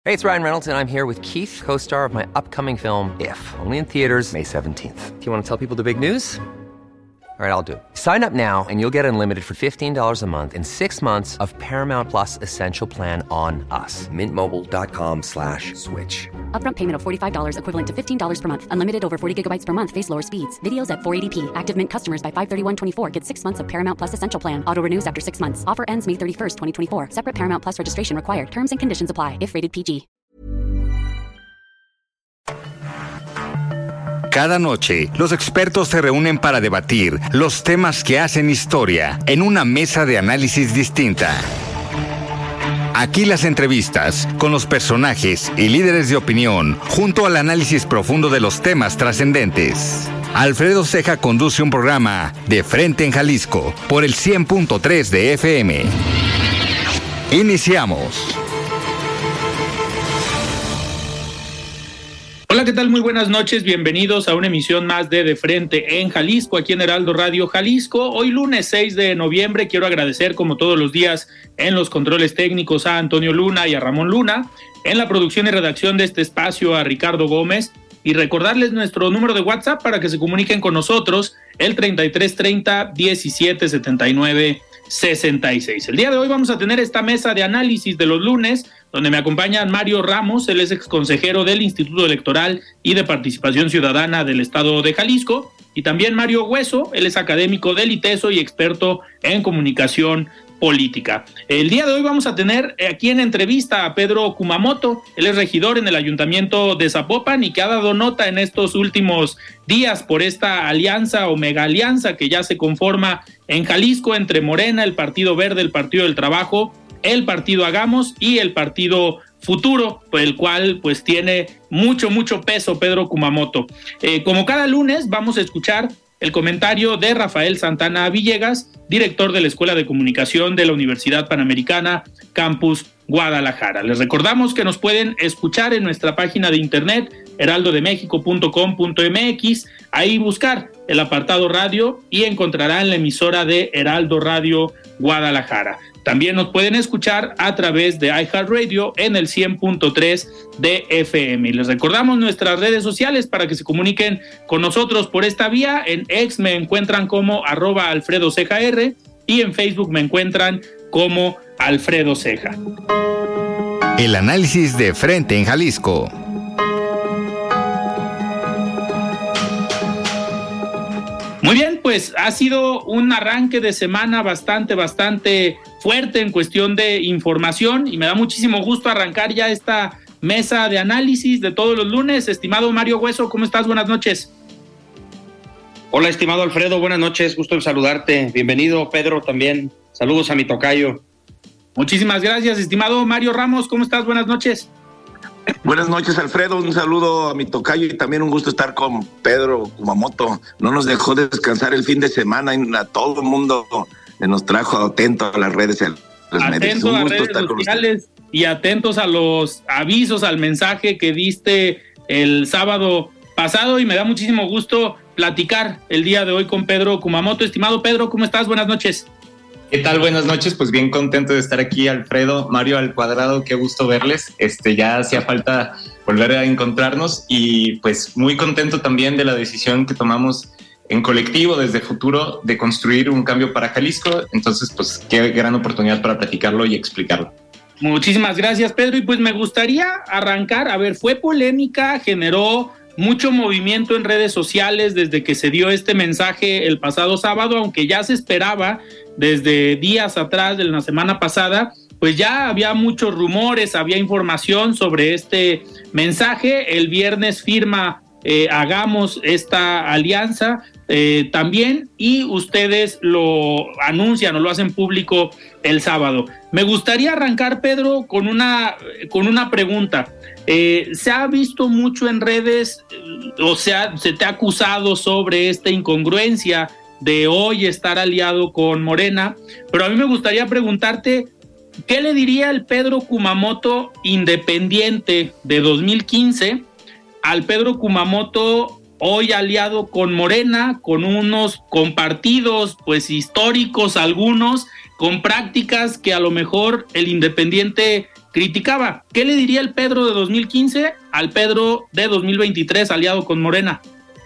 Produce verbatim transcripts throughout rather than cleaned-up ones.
Hey, it's Ryan Reynolds, and I'm here with Keith, co-star of my upcoming film, If, only in theaters May seventeenth. Do you want to tell people the big news? All right, I'll do it. Sign up now and you'll get unlimited for fifteen dollars a month and six months of Paramount Plus Essential Plan on us. Mint Mobile dot com slash switch. Upfront payment of forty-five dollars equivalent to fifteen dollars per month. Unlimited over forty gigabytes per month. Face lower speeds. Videos at four eighty p. Active Mint customers by five thirty-one twenty-four get six months of Paramount Plus Essential Plan. Auto renews after six months. Offer ends May thirty-first, twenty twenty-four. Separate Paramount Plus registration required. Terms and conditions apply if rated P G. Cada noche, los expertos se reúnen para debatir los temas que hacen historia en una mesa de análisis distinta. Aquí las entrevistas con los personajes y líderes de opinión, junto al análisis profundo de los temas trascendentes. Alfredo Ceja conduce un programa De Frente en Jalisco por el cien punto tres de F M. Iniciamos. Hola, ¿qué tal? Muy buenas noches, bienvenidos a una emisión más de De Frente en Jalisco, aquí en Heraldo Radio Jalisco. Hoy lunes seis de noviembre, quiero agradecer como todos los días en los controles técnicos a Antonio Luna y a Ramón Luna, en la producción y redacción de este espacio a Ricardo Gómez, y recordarles nuestro número de WhatsApp para que se comuniquen con nosotros, el treinta y tres treinta diecisiete setenta y nueve sesenta y seis. El día de hoy vamos a tener esta mesa de análisis de los lunes, donde me acompañan Mario Ramos, él es exconsejero del Instituto Electoral y de Participación Ciudadana del Estado de Jalisco, y también Mario Hueso, él es académico del ITESO y experto en comunicación política. El día de hoy vamos a tener aquí en entrevista a Pedro Kumamoto, él es regidor en el Ayuntamiento de Zapopan y que ha dado nota en estos últimos días por esta alianza o mega alianza que ya se conforma en Jalisco entre Morena, el Partido Verde, el Partido del Trabajo, el Partido Hagamos y el Partido Futuro, por el cual pues tiene mucho, mucho peso Pedro Kumamoto. Eh, como cada lunes vamos a escuchar el comentario de Rafael Santana Villegas, director de la Escuela de Comunicación de la Universidad Panamericana, Campus Guadalajara. Les recordamos que nos pueden escuchar en nuestra página de internet, heraldo de méxico punto com punto m x, ahí buscar el apartado radio y encontrarán la emisora de Heraldo Radio Guadalajara. También nos pueden escuchar a través de iHeartRadio en el cien punto tres de F M. Y les recordamos nuestras redes sociales para que se comuniquen con nosotros por esta vía. En X me encuentran como arroba Alfredo Ceja R y en Facebook me encuentran como Alfredo Ceja. El análisis de Frente en Jalisco. Muy bien, pues ha sido un arranque de semana bastante, bastante fuerte en cuestión de información y me da muchísimo gusto arrancar ya esta mesa de análisis de todos los lunes. Estimado Mario Hueso, ¿cómo estás? Buenas noches. Hola, estimado Alfredo, buenas noches, gusto en saludarte. Bienvenido, Pedro, también. Saludos a mi tocayo. Muchísimas gracias, estimado Mario Ramos, ¿cómo estás? Buenas noches. Buenas noches, Alfredo, un saludo a mi tocayo y también un gusto estar con Pedro Kumamoto. No nos dejó descansar el fin de semana y a todo el mundo nos trajo atento a las redes, a los medios. Atentos a las redes sociales y atentos a los avisos, al mensaje que diste el sábado pasado y me da muchísimo gusto platicar el día de hoy con Pedro Kumamoto. Estimado Pedro, ¿cómo estás? Buenas noches. ¿Qué tal? Buenas noches, pues bien contento de estar aquí, Alfredo, Mario al cuadrado, qué gusto verles, este ya hacía falta volver a encontrarnos y pues muy contento también de la decisión que tomamos en colectivo desde Futuro de construir un cambio para Jalisco, entonces pues qué gran oportunidad para platicarlo y explicarlo. Muchísimas gracias, Pedro, y pues me gustaría arrancar, a ver, fue polémica, generó mucho movimiento en redes sociales desde que se dio este mensaje el pasado sábado, aunque ya se esperaba desde días atrás de la semana pasada, pues ya había muchos rumores, había información sobre este mensaje. El viernes firma eh, Hagamos esta alianza eh, también y ustedes lo anuncian o lo hacen público el sábado. Me gustaría arrancar, Pedro, con una, con una pregunta. Eh, se ha visto mucho en redes, o sea, se te ha acusado sobre esta incongruencia de hoy estar aliado con Morena, pero a mí me gustaría preguntarte, ¿qué le diría el Pedro Kumamoto independiente de dos mil quince al Pedro Kumamoto hoy aliado con Morena, con unos compartidos pues históricos algunos, con prácticas que a lo mejor el independiente criticaba. ¿Qué le diría el Pedro de dos mil quince al Pedro de dos mil veintitrés aliado con Morena?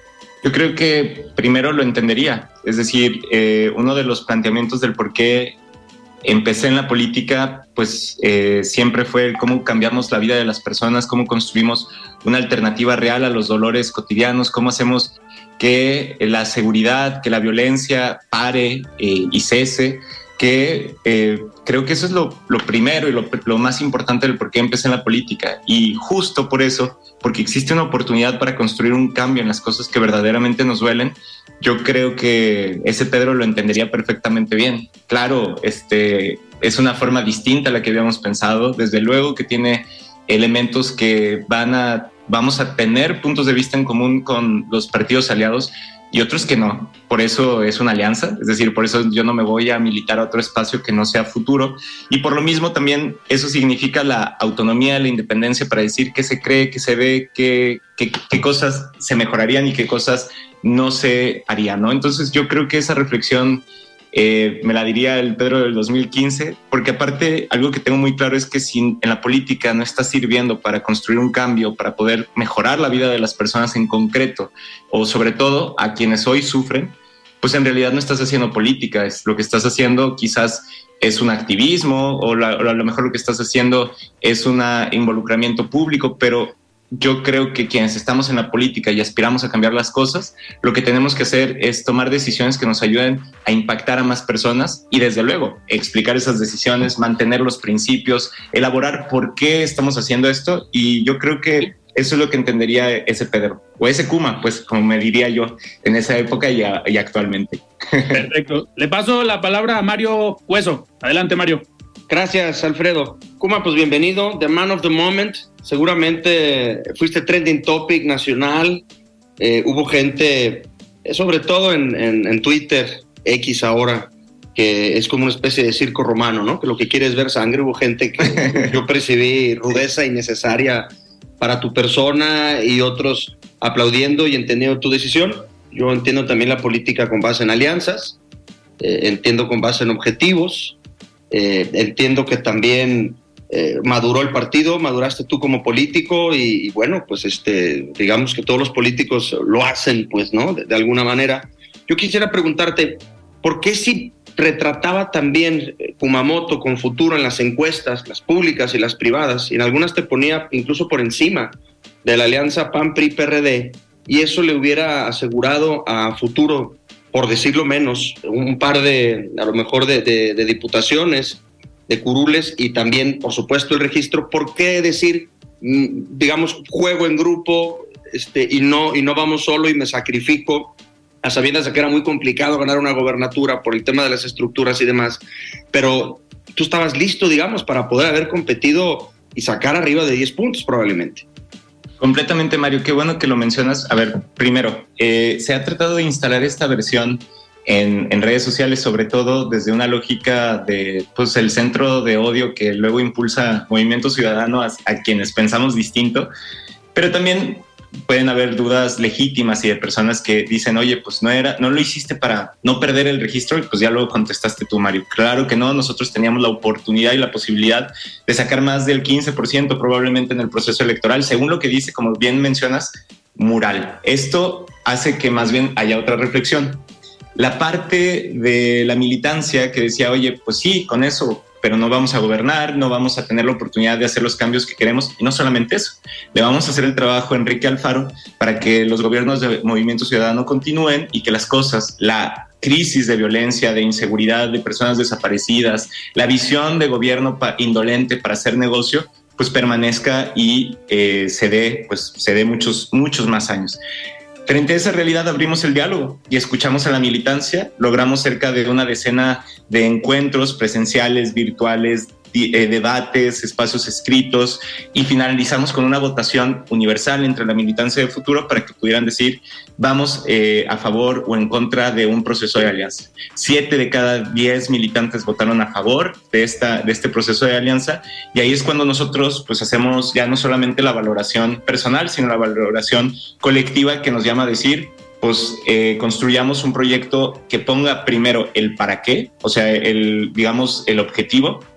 Yo creo que primero lo entendería. Es decir, eh, uno de los planteamientos del por qué empecé en la política, pues eh, siempre fue cómo cambiamos la vida de las personas, cómo construimos una alternativa real a los dolores cotidianos, cómo hacemos que la seguridad, que la violencia pare eh, y cese, que eh, creo que eso es lo, lo primero y lo, lo más importante del por qué empecé en la política. Y justo por eso, porque existe una oportunidad para construir un cambio en las cosas que verdaderamente nos duelen, yo creo que ese Pedro lo entendería perfectamente bien. Claro, este, es una forma distinta a la que habíamos pensado, desde luego que tiene elementos que van a, vamos a tener puntos de vista en común con los partidos aliados y otros que no. Por eso es una alianza, es decir, por eso yo no me voy a militar a otro espacio que no sea futuro. Y por lo mismo también eso significa la autonomía, la independencia para decir qué se cree, qué se ve, qué, qué, qué cosas se mejorarían y qué cosas no se harían, ¿no? Entonces yo creo que esa reflexión eh, me la diría el Pedro del dos mil quince, porque aparte algo que tengo muy claro es que si en la política no está sirviendo para construir un cambio, para poder mejorar la vida de las personas en concreto, o sobre todo a quienes hoy sufren, pues en realidad no estás haciendo política, es lo que estás haciendo quizás es un activismo, o, la, o a lo mejor lo que estás haciendo es un involucramiento público, pero yo creo que quienes estamos en la política y aspiramos a cambiar las cosas, lo que tenemos que hacer es tomar decisiones que nos ayuden a impactar a más personas y desde luego explicar esas decisiones, mantener los principios, elaborar por qué estamos haciendo esto, y yo creo que eso es lo que entendería ese Pedro, o ese Kuma, pues como me diría yo en esa época y, a, y actualmente. Perfecto. Le paso la palabra a Mario Hueso. Adelante, Mario. Gracias, Alfredo. Kuma, pues bienvenido, the man of the moment. Seguramente fuiste trending topic nacional. Eh, hubo gente, sobre todo en, en, en Twitter, X ahora, que es como una especie de circo romano, ¿no? Que lo que quiere es ver sangre. Hubo gente que yo percibí rudeza innecesaria para tu persona y otros aplaudiendo y entendiendo tu decisión. Yo entiendo también la política con base en alianzas, eh, entiendo con base en objetivos. Eh, entiendo que también eh, maduró el partido, maduraste tú como político y, y bueno, pues este, digamos que todos los políticos lo hacen, pues, ¿no? De, de alguna manera. Yo quisiera preguntarte, ¿por qué si retrataba también Kumamoto con futuro en las encuestas, las públicas y las privadas, y en algunas te ponía incluso por encima de la alianza P A N P R I P R D, y eso le hubiera asegurado a futuro, por decirlo menos, un par de, a lo mejor de, de, de diputaciones, de curules y también, por supuesto, el registro? ¿Por qué decir, digamos, juego en grupo este, y, no, y no vamos solo y me sacrifico, a sabiendas de que era muy complicado ganar una gobernatura por el tema de las estructuras y demás? Pero tú estabas listo, digamos, para poder haber competido y sacar arriba de diez puntos probablemente. Completamente, Mario, qué bueno que lo mencionas. A ver, primero, eh, se ha tratado de instalar esta versión en, en redes sociales, sobre todo desde una lógica de, pues, el centro de odio que luego impulsa Movimiento Ciudadano a, a quienes pensamos distinto, pero también pueden haber dudas legítimas y de personas que dicen, oye, pues no era, no lo hiciste para no perder el registro, y pues ya lo contestaste tú, Mario. Claro que no, nosotros teníamos la oportunidad y la posibilidad de sacar más del quince por ciento probablemente en el proceso electoral, según lo que dice, como bien mencionas, Mural. Esto hace que más bien haya otra reflexión. La parte de la militancia que decía, oye, pues sí, con eso, pero no vamos a gobernar, no vamos a tener la oportunidad de hacer los cambios que queremos, y no solamente eso, le vamos a hacer el trabajo a Enrique Alfaro para que los gobiernos de Movimiento Ciudadano continúen y que las cosas, la crisis de violencia, de inseguridad, de personas desaparecidas, la visión de gobierno pa- indolente para hacer negocio, pues permanezca y eh, se dé, pues se dé muchos, muchos más años. Frente a esa realidad abrimos el diálogo y escuchamos a la militancia, logramos cerca de una decena de encuentros presenciales, virtuales, eh, debates, espacios escritos, y finalizamos con una votación universal entre la militancia de futuro para que pudieran decir vamos eh, a favor o en contra de un proceso de alianza. Siete de cada diez militantes votaron a favor de, esta, de este proceso de alianza, y ahí es cuando nosotros pues hacemos ya no solamente la valoración personal, sino la valoración colectiva que nos llama a decir, pues eh, construyamos un proyecto que ponga primero el para qué, o sea, el, digamos, el objetivo,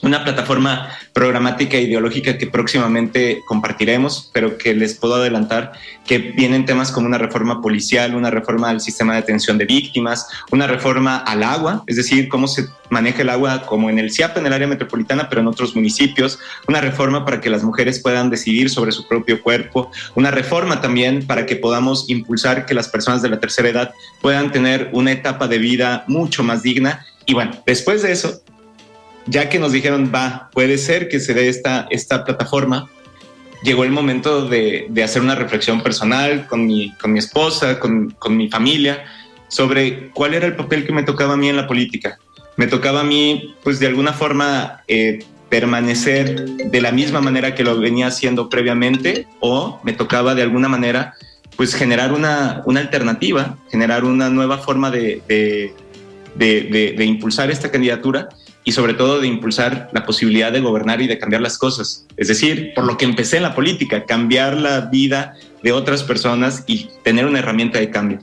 una plataforma programática e ideológica que próximamente compartiremos, pero que les puedo adelantar que vienen temas como una reforma policial, una reforma al sistema de atención de víctimas, una reforma al agua, es decir, cómo se maneja el agua como en el C I A P, en el área metropolitana, pero en otros municipios, una reforma para que las mujeres puedan decidir sobre su propio cuerpo, una reforma también para que podamos impulsar que las personas de la tercera edad puedan tener una etapa de vida mucho más digna. Y bueno, después de eso, ya que nos dijeron, va, puede ser que se dé esta, esta plataforma, llegó el momento de, de hacer una reflexión personal con mi, con mi esposa, con, con mi familia, sobre cuál era el papel que me tocaba a mí en la política. Me tocaba a mí, pues de alguna forma, eh, permanecer de la misma manera que lo venía haciendo previamente, o me tocaba de alguna manera, pues generar una, una alternativa, generar una nueva forma de, de, de, de, de impulsar esta candidatura, y sobre todo de impulsar la posibilidad de gobernar y de cambiar las cosas. Es decir, por lo que empecé en la política, cambiar la vida de otras personas y tener una herramienta de cambio.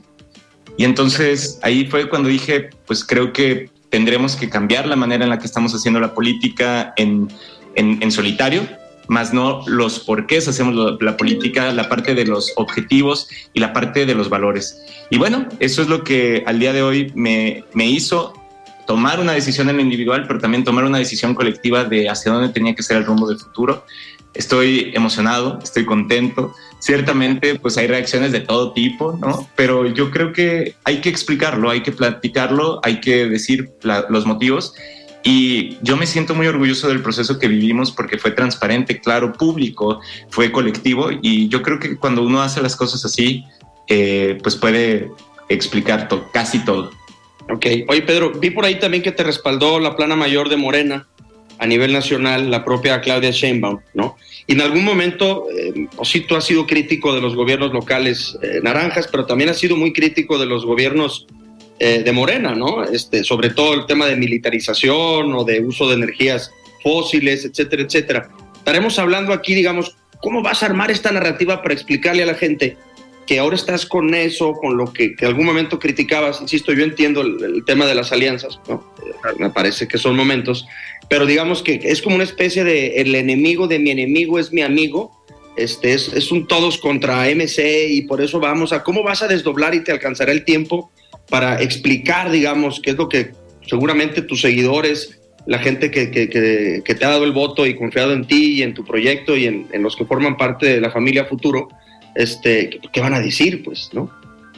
Y entonces ahí fue cuando dije, pues creo que tendremos que cambiar la manera en la que estamos haciendo la política en, en, en solitario, más no los porqués hacemos la política, la parte de los objetivos y la parte de los valores. Y bueno, eso es lo que al día de hoy me, me hizo tomar una decisión en lo individual, pero también tomar una decisión colectiva de hacia dónde tenía que ser el rumbo del futuro. Estoy emocionado, estoy contento. Ciertamente, pues hay reacciones de todo tipo, ¿no? Pero yo creo que hay que explicarlo, hay que platicarlo, hay que decir la, los motivos. Y yo me siento muy orgulloso del proceso que vivimos porque fue transparente, claro, público, fue colectivo. Y yo creo que cuando uno hace las cosas así, eh, pues puede explicar to- casi todo. Ok. Oye, Pedro, vi por ahí también que te respaldó la plana mayor de Morena a nivel nacional, la propia Claudia Sheinbaum, ¿no? Y en algún momento, eh, o sí, tú has sido crítico de los gobiernos locales eh, naranjas, pero también has sido muy crítico de los gobiernos eh, de Morena, ¿no? Este, sobre todo el tema de militarización o de uso de energías fósiles, etcétera, etcétera. Estaremos hablando aquí, digamos, ¿cómo vas a armar esta narrativa para explicarle a la gente que ahora estás con eso, con lo que, que en algún momento criticabas? Insisto, yo entiendo el, el tema de las alianzas, ¿no? Me parece que son momentos, pero digamos que es como una especie de el enemigo de mi enemigo es mi amigo, este, es, es un todos contra M C, y por eso vamos a cómo vas a desdoblar y te alcanzará el tiempo para explicar, digamos, qué es lo que seguramente tus seguidores, la gente que, que, que, que te ha dado el voto y confiado en ti y en tu proyecto y en, en los que forman parte de la familia Futuro, Este, ¿qué van a decir, pues, no?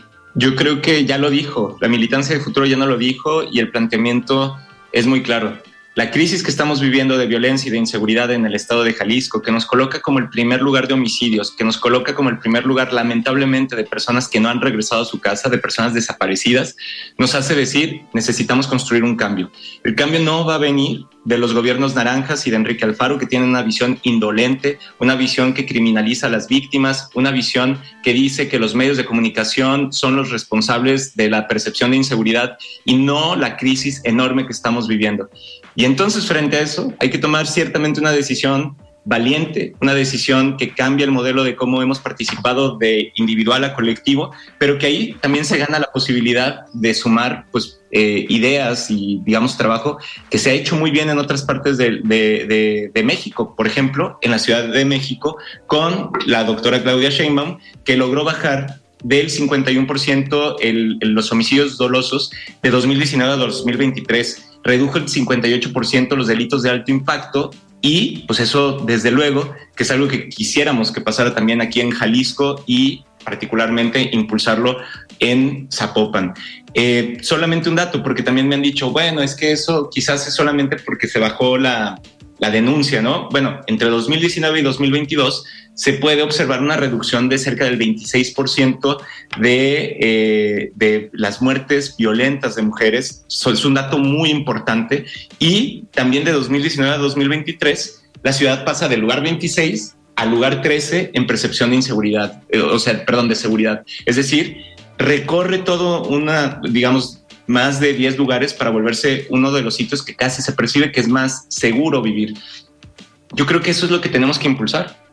Yo creo que ya lo dijo, la militancia de Futuro ya no lo dijo y el planteamiento es muy claro. La crisis que estamos viviendo de violencia y de inseguridad en el estado de Jalisco, que nos coloca como el primer lugar de homicidios, que nos coloca como el primer lugar, lamentablemente, de personas que no han regresado a su casa, de personas desaparecidas, nos hace decir, necesitamos construir un cambio. El cambio no va a venir de los gobiernos naranjas y de Enrique Alfaro, que tienen una visión indolente, una visión que criminaliza a las víctimas, una visión que dice que los medios de comunicación son los responsables de la percepción de inseguridad y no la crisis enorme que estamos viviendo. Y entonces, frente a eso, hay que tomar ciertamente una decisión valiente, una decisión que cambia el modelo de cómo hemos participado de individual a colectivo, pero que ahí también se gana la posibilidad de sumar pues, eh, ideas y, digamos, trabajo que se ha hecho muy bien en otras partes de, de, de, de México. Por ejemplo, en la Ciudad de México, con la doctora Claudia Sheinbaum, que logró bajar del cincuenta y uno por ciento el, el, los homicidios dolosos de dos mil diecinueve a dos mil veintitrés. Redujo el cincuenta y ocho por ciento los delitos de alto impacto y pues eso desde luego que es algo que quisiéramos que pasara también aquí en Jalisco y particularmente impulsarlo en Zapopan. Eh, solamente un dato, porque también me han dicho, bueno, es que eso quizás es solamente porque se bajó la, la denuncia, ¿no? Bueno, entre dos mil diecinueve y dos mil veintidós se puede observar una reducción de cerca del veintiséis por ciento de, eh, de las muertes violentas de mujeres. Eso es un dato muy importante. Y también de dos mil diecinueve a dos mil veintitrés, la ciudad pasa del lugar veintiséis al lugar trece en percepción de inseguridad, eh, o sea, perdón, de seguridad. Es decir, recorre todo una, digamos, más de diez lugares para volverse uno de los sitios que casi se percibe que es más seguro vivir. Yo creo que eso es lo que tenemos que impulsar.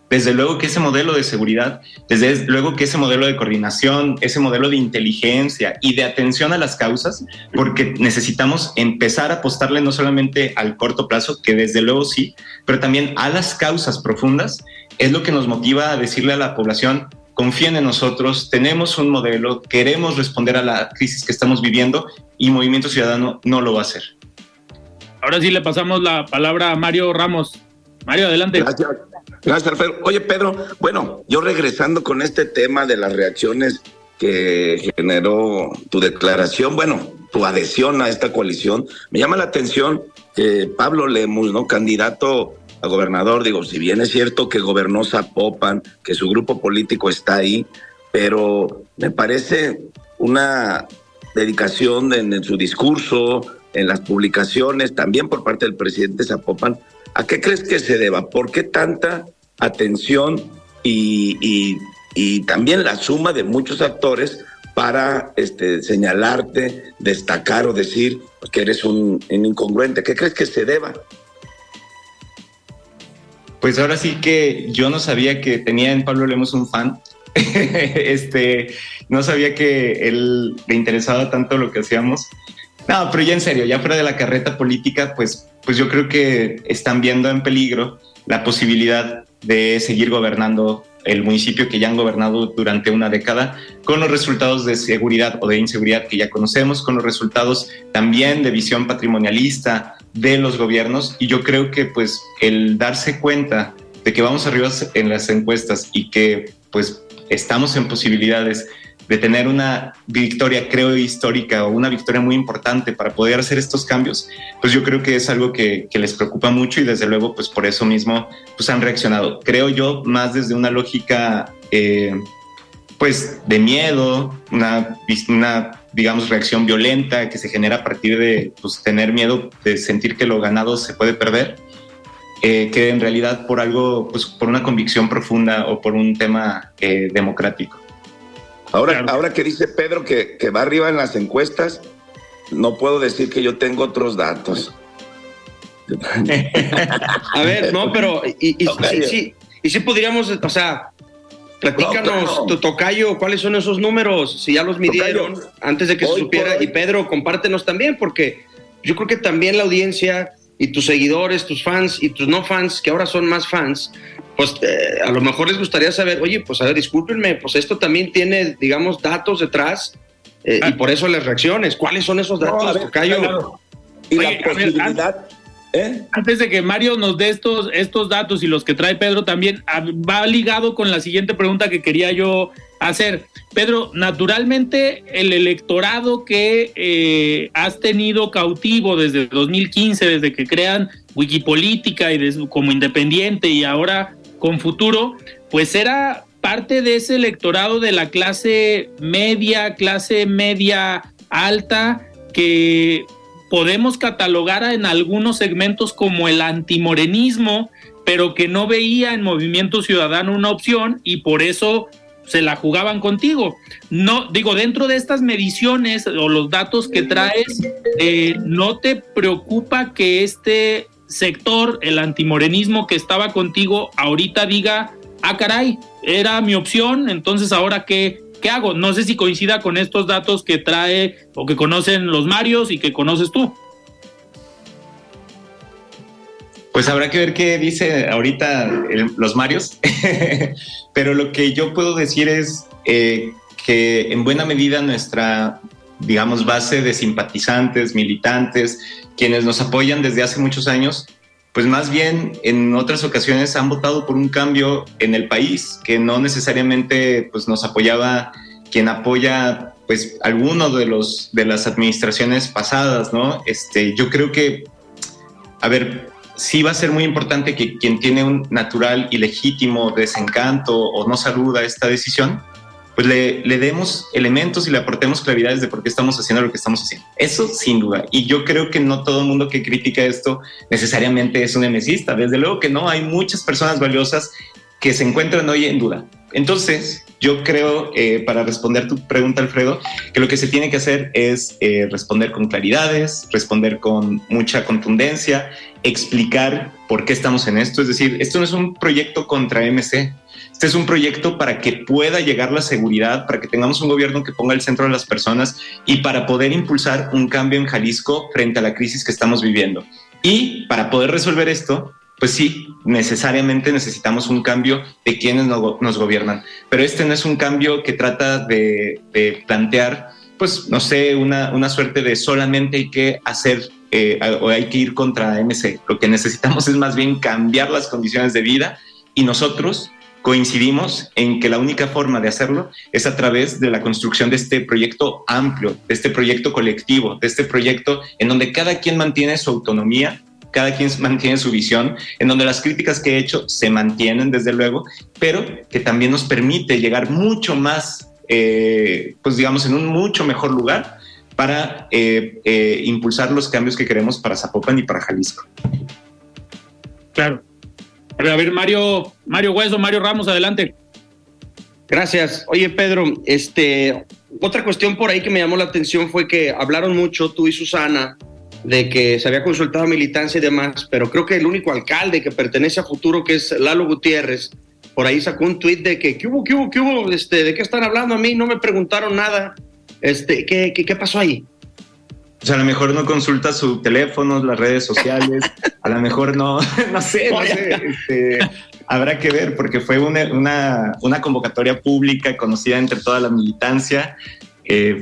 desde luego que ese modelo de seguridad, desde luego que ese modelo de coordinación, ese modelo de inteligencia y de atención a las causas, porque necesitamos empezar a apostarle no solamente al corto plazo, que desde luego sí, pero también a las causas profundas, es lo que nos motiva a decirle a la población: confíen en nosotros, tenemos un modelo, queremos responder a la crisis que estamos viviendo y Movimiento Ciudadano no lo va a hacer. Ahora sí le pasamos la palabra a Mario Ramos. Mario, adelante. Gracias, gracias, Pedro. Oye, Pedro, bueno, yo regresando con este tema de las reacciones que generó tu declaración, bueno, tu adhesión a esta coalición, me llama la atención que Pablo Lemus, ¿no?, candidato a gobernador, digo, si bien es cierto que gobernó Zapopan, que su grupo político está ahí, pero me parece una dedicación en, en su discurso, en las publicaciones, también por parte del presidente Zapopan. ¿A qué crees que se deba? ¿Por qué tanta atención y, y, y también la suma de muchos actores para este, señalarte, destacar o decir que eres un, un incongruente? ¿Qué crees que se deba? Pues ahora sí que yo no sabía que tenía en Pablo Lemus un fan. este, no sabía que él le interesaba tanto lo que hacíamos. No, pero ya en serio, ya fuera de la carreta política, pues, pues yo creo que están viendo en peligro la posibilidad de seguir gobernando el municipio que ya han gobernado durante una década, con los resultados de seguridad o de inseguridad que ya conocemos, con los resultados también de visión patrimonialista de los gobiernos. Y yo creo que pues el darse cuenta de que vamos arriba en las encuestas y que pues estamos en posibilidades de tener una victoria, creo, histórica o una victoria muy importante para poder hacer estos cambios, pues yo creo que es algo que, que les preocupa mucho y desde luego pues por eso mismo pues han reaccionado. Creo yo más desde una lógica eh, pues de miedo, una, una digamos reacción violenta que se genera a partir de pues, tener miedo de sentir que lo ganado se puede perder, eh, que en realidad por algo, pues por una convicción profunda o por un tema eh, democrático. Ahora, Claro. ahora que dice Pedro que, que va arriba en las encuestas, no puedo decir que yo tengo otros datos. A ver, no, pero y, y, Tocayo. sí, sí, y sí podríamos, o sea, platícanos, No, claro. tu tocayo, ¿cuáles son esos números? Si ya los midieron Tocayo, antes de que se hoy supiera. por hoy- Y Pedro, compártenos también, porque yo creo que también la audiencia y tus seguidores, tus fans y tus no fans, que ahora son más fans, pues eh, a lo mejor les gustaría saber, oye, pues a ver, discúlpenme, pues esto también tiene, digamos, datos detrás eh, Ah. y por eso las reacciones. ¿Cuáles son esos datos, No, a ver, tocayo? claro. Y Oye, la a ver, posibilidad, ¿eh? Antes de que Mario nos dé estos, estos datos y los que trae Pedro también, a- va ligado con la siguiente pregunta que quería yo hacer. Pedro, naturalmente el electorado que eh, has tenido cautivo desde dos mil quince, desde que crean Wikipolítica y de- como independiente y ahora con Futuro, pues era parte de ese electorado de la clase media, clase media alta, que podemos catalogar en algunos segmentos como el antimorenismo, pero que no veía en Movimiento Ciudadano una opción y por eso se la jugaban contigo. No, digo, dentro de estas mediciones o los datos que traes, eh, ¿no te preocupa que este sector, el antimorenismo que estaba contigo, ahorita diga, ah, caray, era mi opción, entonces ahora qué, qué hago? No sé si coincida con estos datos que trae o que conocen los Marios y que conoces tú. Pues habrá que ver qué dice ahorita el, los Marios, pero lo que yo puedo decir es eh, que en buena medida nuestra, digamos, base de simpatizantes, militantes, quienes nos apoyan desde hace muchos años, pues más bien en otras ocasiones han votado por un cambio en el país, que no necesariamente pues, nos apoyaba quien apoya pues alguno de los de las administraciones pasadas, ¿no? Este, yo creo que, a ver, sí va a ser muy importante que quien tiene un natural y legítimo desencanto o no saluda esta decisión, pues le, le demos elementos y le aportemos claridades de por qué estamos haciendo lo que estamos haciendo. Eso sin duda. Y yo creo que no todo el mundo que critica esto necesariamente es un emesista. Desde luego que no, hay muchas personas valiosas que se encuentran hoy en duda. Entonces, yo creo, eh, para responder tu pregunta, Alfredo, que lo que se tiene que hacer es eh, responder con claridades, responder con mucha contundencia, explicar por qué estamos en esto. Es decir, esto no es un proyecto contra M C. Este es un proyecto para que pueda llegar la seguridad, para que tengamos un gobierno que ponga el centro de las personas y para poder impulsar un cambio en Jalisco frente a la crisis que estamos viviendo. Y para poder resolver esto, pues sí, necesariamente necesitamos un cambio de quienes nos gobiernan. Pero este no es un cambio que trata de, de plantear, pues, no sé, una, una suerte de solamente hay que hacer eh, o hay que ir contra M C. Lo que necesitamos es más bien cambiar las condiciones de vida y nosotros coincidimos en que la única forma de hacerlo es a través de la construcción de este proyecto amplio, de este proyecto colectivo, de este proyecto en donde cada quien mantiene su autonomía, cada quien mantiene su visión, en donde las críticas que he hecho se mantienen desde luego, pero que también nos permite llegar mucho más, eh, pues digamos, en un mucho mejor lugar para eh, eh, impulsar los cambios que queremos para Zapopan y para Jalisco. Claro. A ver, Mario, Mario Hueso, Mario Ramos, adelante. Gracias. Oye, Pedro, este, otra cuestión por ahí que me llamó la atención fue que hablaron mucho, tú y Susana, de que se había consultado a militancia y demás, pero creo que el único alcalde que pertenece a Futuro, que es Lalo Gutiérrez, por ahí sacó un tuit de que, ¿qué hubo, qué hubo, qué hubo? Este, ¿de qué están hablando? A mí no me preguntaron nada. Este, ¿qué, qué, qué pasó ahí? O sea, a lo mejor no consulta su teléfono, las redes sociales, a lo mejor no, no sé, no sé, este, habrá que ver, porque fue una, una, una convocatoria pública conocida entre toda la militancia. Eh,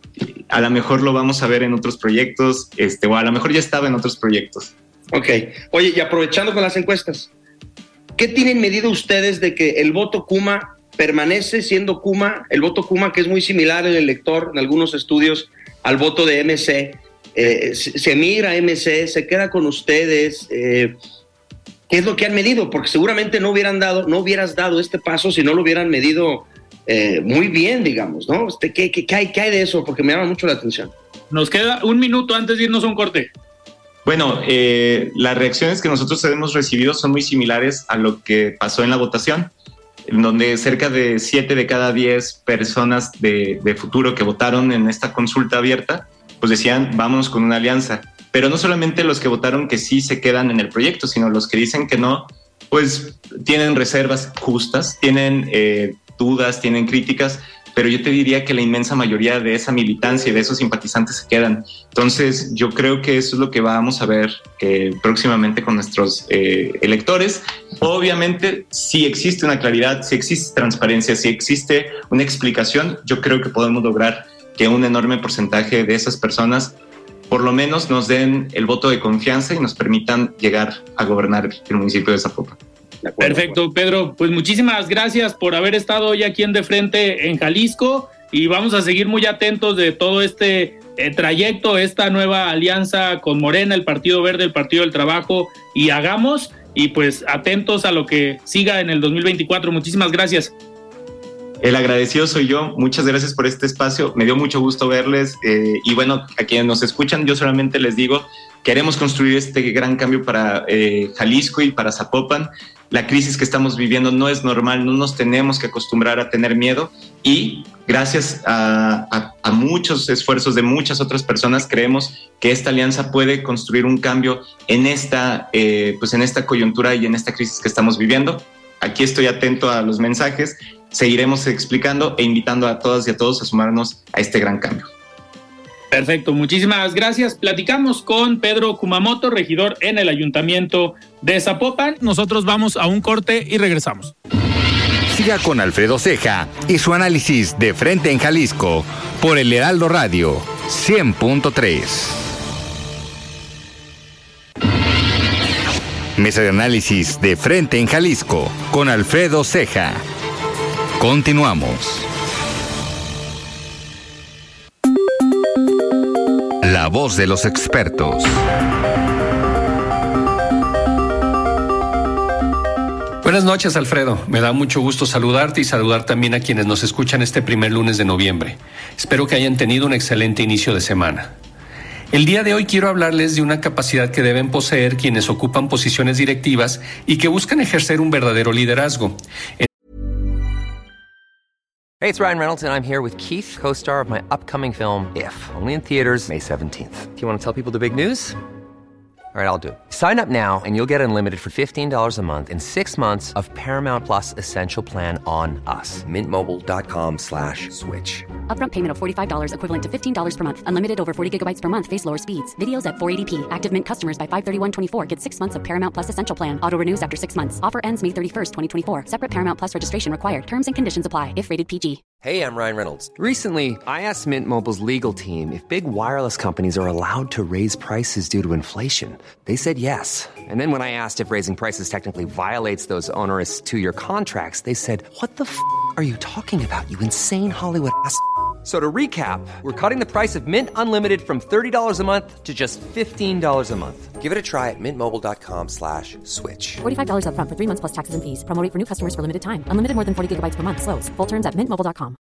a lo mejor lo vamos a ver en otros proyectos, este, o a lo mejor ya estaba en otros proyectos. Ok. Oye, y aprovechando con las encuestas, ¿qué tienen medido ustedes de que el voto Kuma permanece siendo Kuma, el voto Kuma que es muy similar en el elector en algunos estudios al voto de M C, eh, se, se migra a M C, se queda con ustedes? Eh, ¿Qué es lo que han medido? Porque seguramente no hubieran dado, no hubieras dado este paso si no lo hubieran medido eh, muy bien, digamos, ¿no? Este, ¿qué, qué, qué, hay, ¿Qué hay de eso? Porque me llama mucho la atención. Nos queda un minuto antes de irnos a un corte. Bueno, eh, las reacciones que nosotros hemos recibido son muy similares a lo que pasó en la votación, en donde cerca de siete de cada diez personas de, de Futuro que votaron en esta consulta abierta, pues decían, vámonos con una alianza. Pero no solamente los que votaron que sí se quedan en el proyecto, sino los que dicen que no, pues tienen reservas justas, tienen eh, dudas, tienen críticas, pero yo te diría que la inmensa mayoría de esa militancia y de esos simpatizantes se quedan. Entonces, yo creo que eso es lo que vamos a ver eh, próximamente con nuestros eh, electores. Obviamente, si existe una claridad, si existe transparencia, si existe una explicación, yo creo que podemos lograr que un enorme porcentaje de esas personas por lo menos nos den el voto de confianza y nos permitan llegar a gobernar el municipio de Zapopan. Perfecto, Pedro. Pues muchísimas gracias por haber estado hoy aquí en De Frente en Jalisco y vamos a seguir muy atentos de todo este eh, trayecto, esta nueva alianza con Morena, el Partido Verde, el Partido del Trabajo y Hagamos, y pues atentos a lo que siga en el dos mil veinticuatro. Muchísimas gracias. El agradecido soy yo. Muchas gracias por este espacio. Me dio mucho gusto verles eh, y bueno, a quienes nos escuchan, yo solamente les digo, queremos construir este gran cambio para eh, Jalisco y para Zapopan. La crisis que estamos viviendo no es normal, no nos tenemos que acostumbrar a tener miedo y gracias a, a, a muchos esfuerzos de muchas otras personas creemos que esta alianza puede construir un cambio en esta, eh, pues en esta coyuntura y en esta crisis que estamos viviendo. Aquí estoy atento a los mensajes, seguiremos explicando e invitando a todas y a todos a sumarnos a este gran cambio. Perfecto, muchísimas gracias. Platicamos con Pedro Kumamoto, regidor en el Ayuntamiento de Zapopan. Nosotros vamos a un corte y regresamos. Siga con Alfredo Ceja y su análisis de Frente en Jalisco por el Heraldo Radio cien punto tres. Mesa de análisis de Frente en Jalisco con Alfredo Ceja. Continuamos. La voz de los expertos. Buenas noches, Alfredo. Me da mucho gusto saludarte y saludar también a quienes nos escuchan este primer lunes de noviembre. Espero que hayan tenido un excelente inicio de semana. El día de hoy quiero hablarles de una capacidad que deben poseer quienes ocupan posiciones directivas y que buscan ejercer un verdadero liderazgo. Hey, it's Ryan Reynolds, and I'm here with Keith, co-star of my upcoming film, If, only in theaters May seventeenth. Do you want to tell people the big news? All right, I'll do it. Sign up now and you'll get unlimited for fifteen dollars a month and six months of Paramount Plus Essential Plan on us. Mint Mobile dot com slash switch. Upfront payment of forty-five dollars equivalent to fifteen dollars per month. Unlimited over forty gigabytes per month. Face lower speeds. Videos at four eighty p. Active Mint customers by five thirty-one twenty-four get six months of Paramount Plus Essential Plan. Auto renews after six months. Offer ends May thirty-first, twenty twenty-four. Separate Paramount Plus registration required. Terms and conditions apply if rated P G. Hey, I'm Ryan Reynolds. Recently, I asked Mint Mobile's legal team if big wireless companies are allowed to raise prices due to inflation. They said yes. And then when I asked if raising prices technically violates those onerous two-year contracts, they said, what the f*** are you talking about, you insane Hollywood ass f- So to recap, we're cutting the price of Mint Unlimited from thirty dollars a month to just fifteen dollars a month. Give it a try at mintmobile.com slash switch. forty-five dollars upfront for three months plus taxes and fees. Promo rate for new customers for limited time. Unlimited more than forty gigabytes per month. Slows full terms at mint mobile dot com.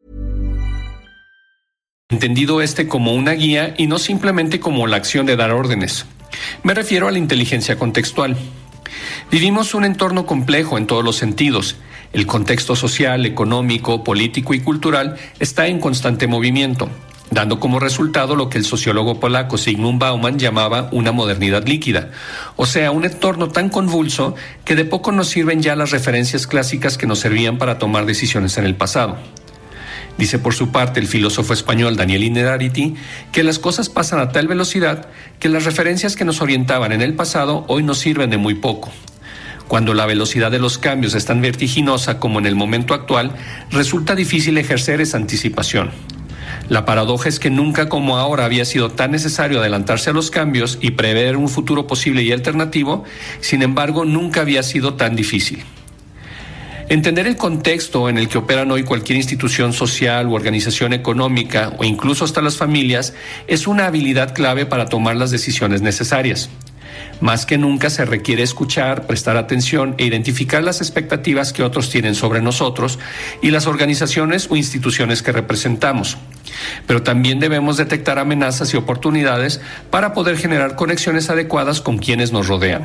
Entendido este como una guía y no simplemente como la acción de dar órdenes. Me refiero a la inteligencia contextual. Vivimos un entorno complejo en todos los sentidos. El contexto social, económico, político y cultural está en constante movimiento, dando como resultado lo que el sociólogo polaco Zygmunt Bauman llamaba una modernidad líquida, o sea, un entorno tan convulso que de poco nos sirven ya las referencias clásicas que nos servían para tomar decisiones en el pasado. Dice por su parte el filósofo español Daniel Innerarity que las cosas pasan a tal velocidad que las referencias que nos orientaban en el pasado hoy nos sirven de muy poco. Cuando la velocidad de los cambios es tan vertiginosa como en el momento actual, resulta difícil ejercer esa anticipación. La paradoja es que nunca como ahora había sido tan necesario adelantarse a los cambios y prever un futuro posible y alternativo, sin embargo, nunca había sido tan difícil. Entender el contexto en el que operan hoy cualquier institución social u organización económica o incluso hasta las familias es una habilidad clave para tomar las decisiones necesarias. Más que nunca se requiere escuchar, prestar atención e identificar las expectativas que otros tienen sobre nosotros y las organizaciones o instituciones que representamos. Pero también debemos detectar amenazas y oportunidades para poder generar conexiones adecuadas con quienes nos rodean.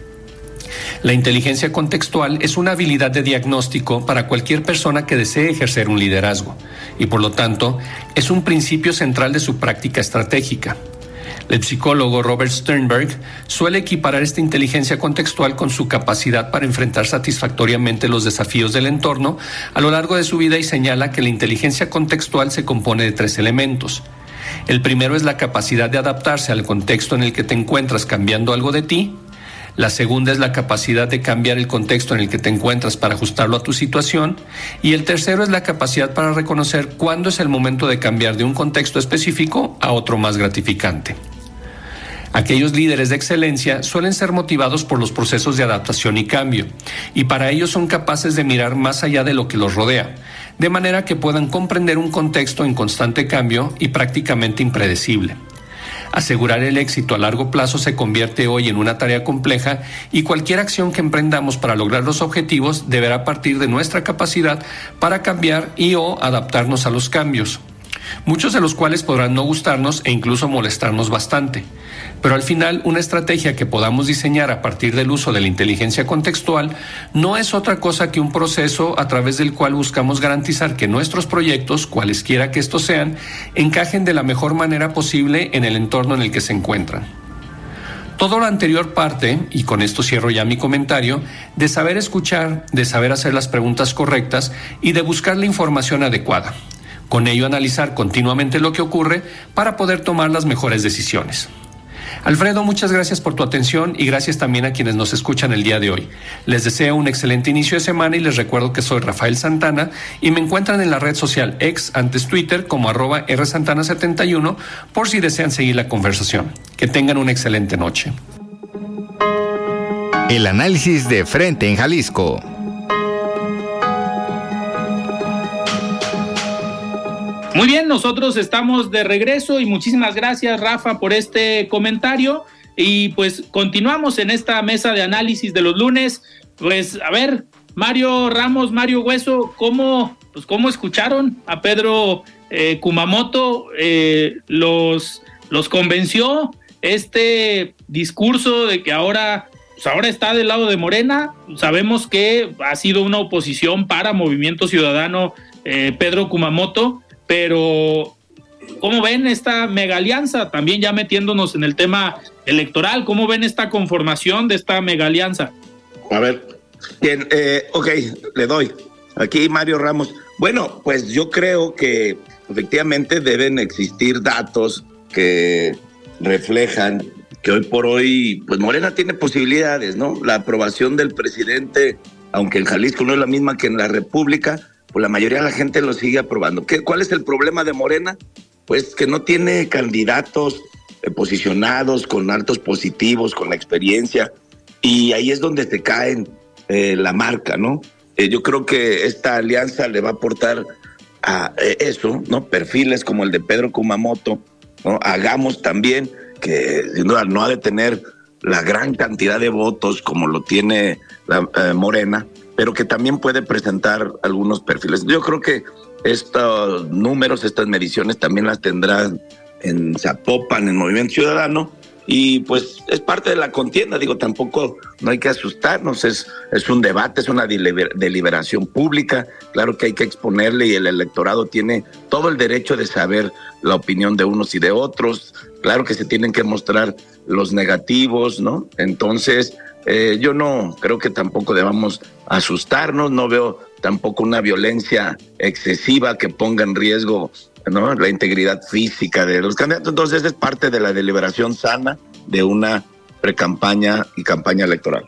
La inteligencia contextual es una habilidad de diagnóstico para cualquier persona que desee ejercer un liderazgo y, por lo tanto, es un principio central de su práctica estratégica. El psicólogo Robert Sternberg suele equiparar esta inteligencia contextual con su capacidad para enfrentar satisfactoriamente los desafíos del entorno a lo largo de su vida y señala que la inteligencia contextual se compone de tres elementos. El primero es la capacidad de adaptarse al contexto en el que te encuentras cambiando algo de ti. La segunda es la capacidad de cambiar el contexto en el que te encuentras para ajustarlo a tu situación. Y el tercero es la capacidad para reconocer cuándo es el momento de cambiar de un contexto específico a otro más gratificante. Aquellos líderes de excelencia suelen ser motivados por los procesos de adaptación y cambio, y para ello son capaces de mirar más allá de lo que los rodea, de manera que puedan comprender un contexto en constante cambio y prácticamente impredecible. Asegurar el éxito a largo plazo se convierte hoy en una tarea compleja y cualquier acción que emprendamos para lograr los objetivos deberá partir de nuestra capacidad para cambiar y o adaptarnos a los cambios, muchos de los cuales podrán no gustarnos e incluso molestarnos bastante. Pero al final, una estrategia que podamos diseñar a partir del uso de la inteligencia contextual no es otra cosa que un proceso a través del cual buscamos garantizar que nuestros proyectos, cualesquiera que estos sean, encajen de la mejor manera posible en el entorno en el que se encuentran. Todo lo anterior parte, y con esto cierro ya mi comentario, de saber escuchar, de saber hacer las preguntas correctas y de buscar la información adecuada. Con ello analizar continuamente lo que ocurre para poder tomar las mejores decisiones. Alfredo, muchas gracias por tu atención y gracias también a quienes nos escuchan el día de hoy. Les deseo un excelente inicio de semana y les recuerdo que soy Rafael Santana y me encuentran en la red social X, antes Twitter, como arroba R Santana setenta y uno por si desean seguir la conversación. Que tengan una excelente noche. El análisis de frente en Jalisco. Muy bien, nosotros estamos de regreso y muchísimas gracias, Rafa, por este comentario. Y pues continuamos en esta mesa de análisis de los lunes. Pues a ver, Mario Ramos, Mario Hueso, ¿cómo, pues, cómo escucharon a Pedro eh, Kumamoto? Eh, los, ¿Los convenció este discurso de que ahora pues ahora está del lado de Morena. Sabemos que ha sido una oposición para Movimiento Ciudadano eh, Pedro Kumamoto, pero ¿cómo ven esta mega alianza? También ya metiéndonos en el tema electoral, ¿cómo ven esta conformación de esta mega alianza? A ver, bien, eh, ok, le doy. Aquí Mario Ramos. Bueno, pues yo creo que efectivamente deben existir datos que reflejan que hoy por hoy, pues Morena tiene posibilidades, ¿no? La aprobación del presidente, aunque en Jalisco no es la misma que en la República, pues la mayoría de la gente lo sigue aprobando. ¿Qué, ¿Cuál es el problema de Morena? Pues que no tiene candidatos eh, posicionados con altos positivos, con la experiencia, y ahí es donde te caen eh, la marca, ¿no? Eh, yo creo que esta alianza le va a aportar a eh, eso, ¿no? Perfiles como el de Pedro Kumamoto, ¿no? Hagamos también que sin duda no ha de tener la gran cantidad de votos como lo tiene la eh, Morena, pero que también puede presentar algunos perfiles. Yo creo que estos números, estas mediciones también las tendrán en Zapopan, en Movimiento Ciudadano, y pues es parte de la contienda. Digo, tampoco no hay que asustarnos, es, es un debate, es una deliber- deliberación pública, claro que hay que exponerle y el electorado tiene todo el derecho de saber la opinión de unos y de otros, claro que se tienen que mostrar los negativos, ¿no? Entonces, eh, yo no creo que tampoco debamos asustarnos, no veo tampoco una violencia excesiva que ponga en riesgo, ¿no?, la integridad física de los candidatos. Entonces es parte de la deliberación sana de una precampaña y campaña electoral.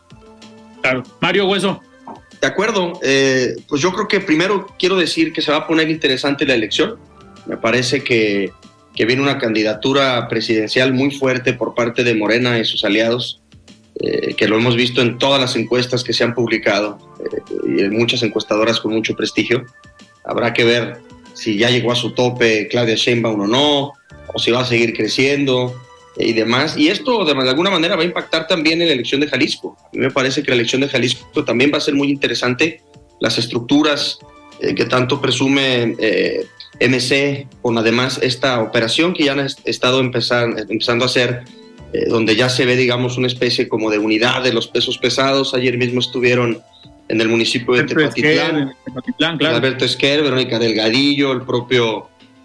Claro. Mario Hueso. De acuerdo, eh, pues yo creo que primero quiero decir que se va a poner interesante la elección. Me parece que, que viene una candidatura presidencial muy fuerte por parte de Morena y sus aliados, eh, que lo hemos visto en todas las encuestas que se han publicado, eh, y en muchas encuestadoras con mucho prestigio. Habrá que ver si ya llegó a su tope Claudia Sheinbaum o no, o si va a seguir creciendo eh, y demás. Y esto de, de alguna manera va a impactar también en la elección de Jalisco. A mí me parece que la elección de Jalisco también va a ser muy interesante. Las estructuras eh, que tanto presume eh, M C, con además esta operación que ya han estado empezar, empezando a hacer, eh, donde ya se ve, digamos, una especie como de unidad de los pesos pesados. Ayer mismo estuvieron en el municipio de Tepatitlán, Tepatitlán, claro. Alberto Esquer, Verónica Delgadillo, el propio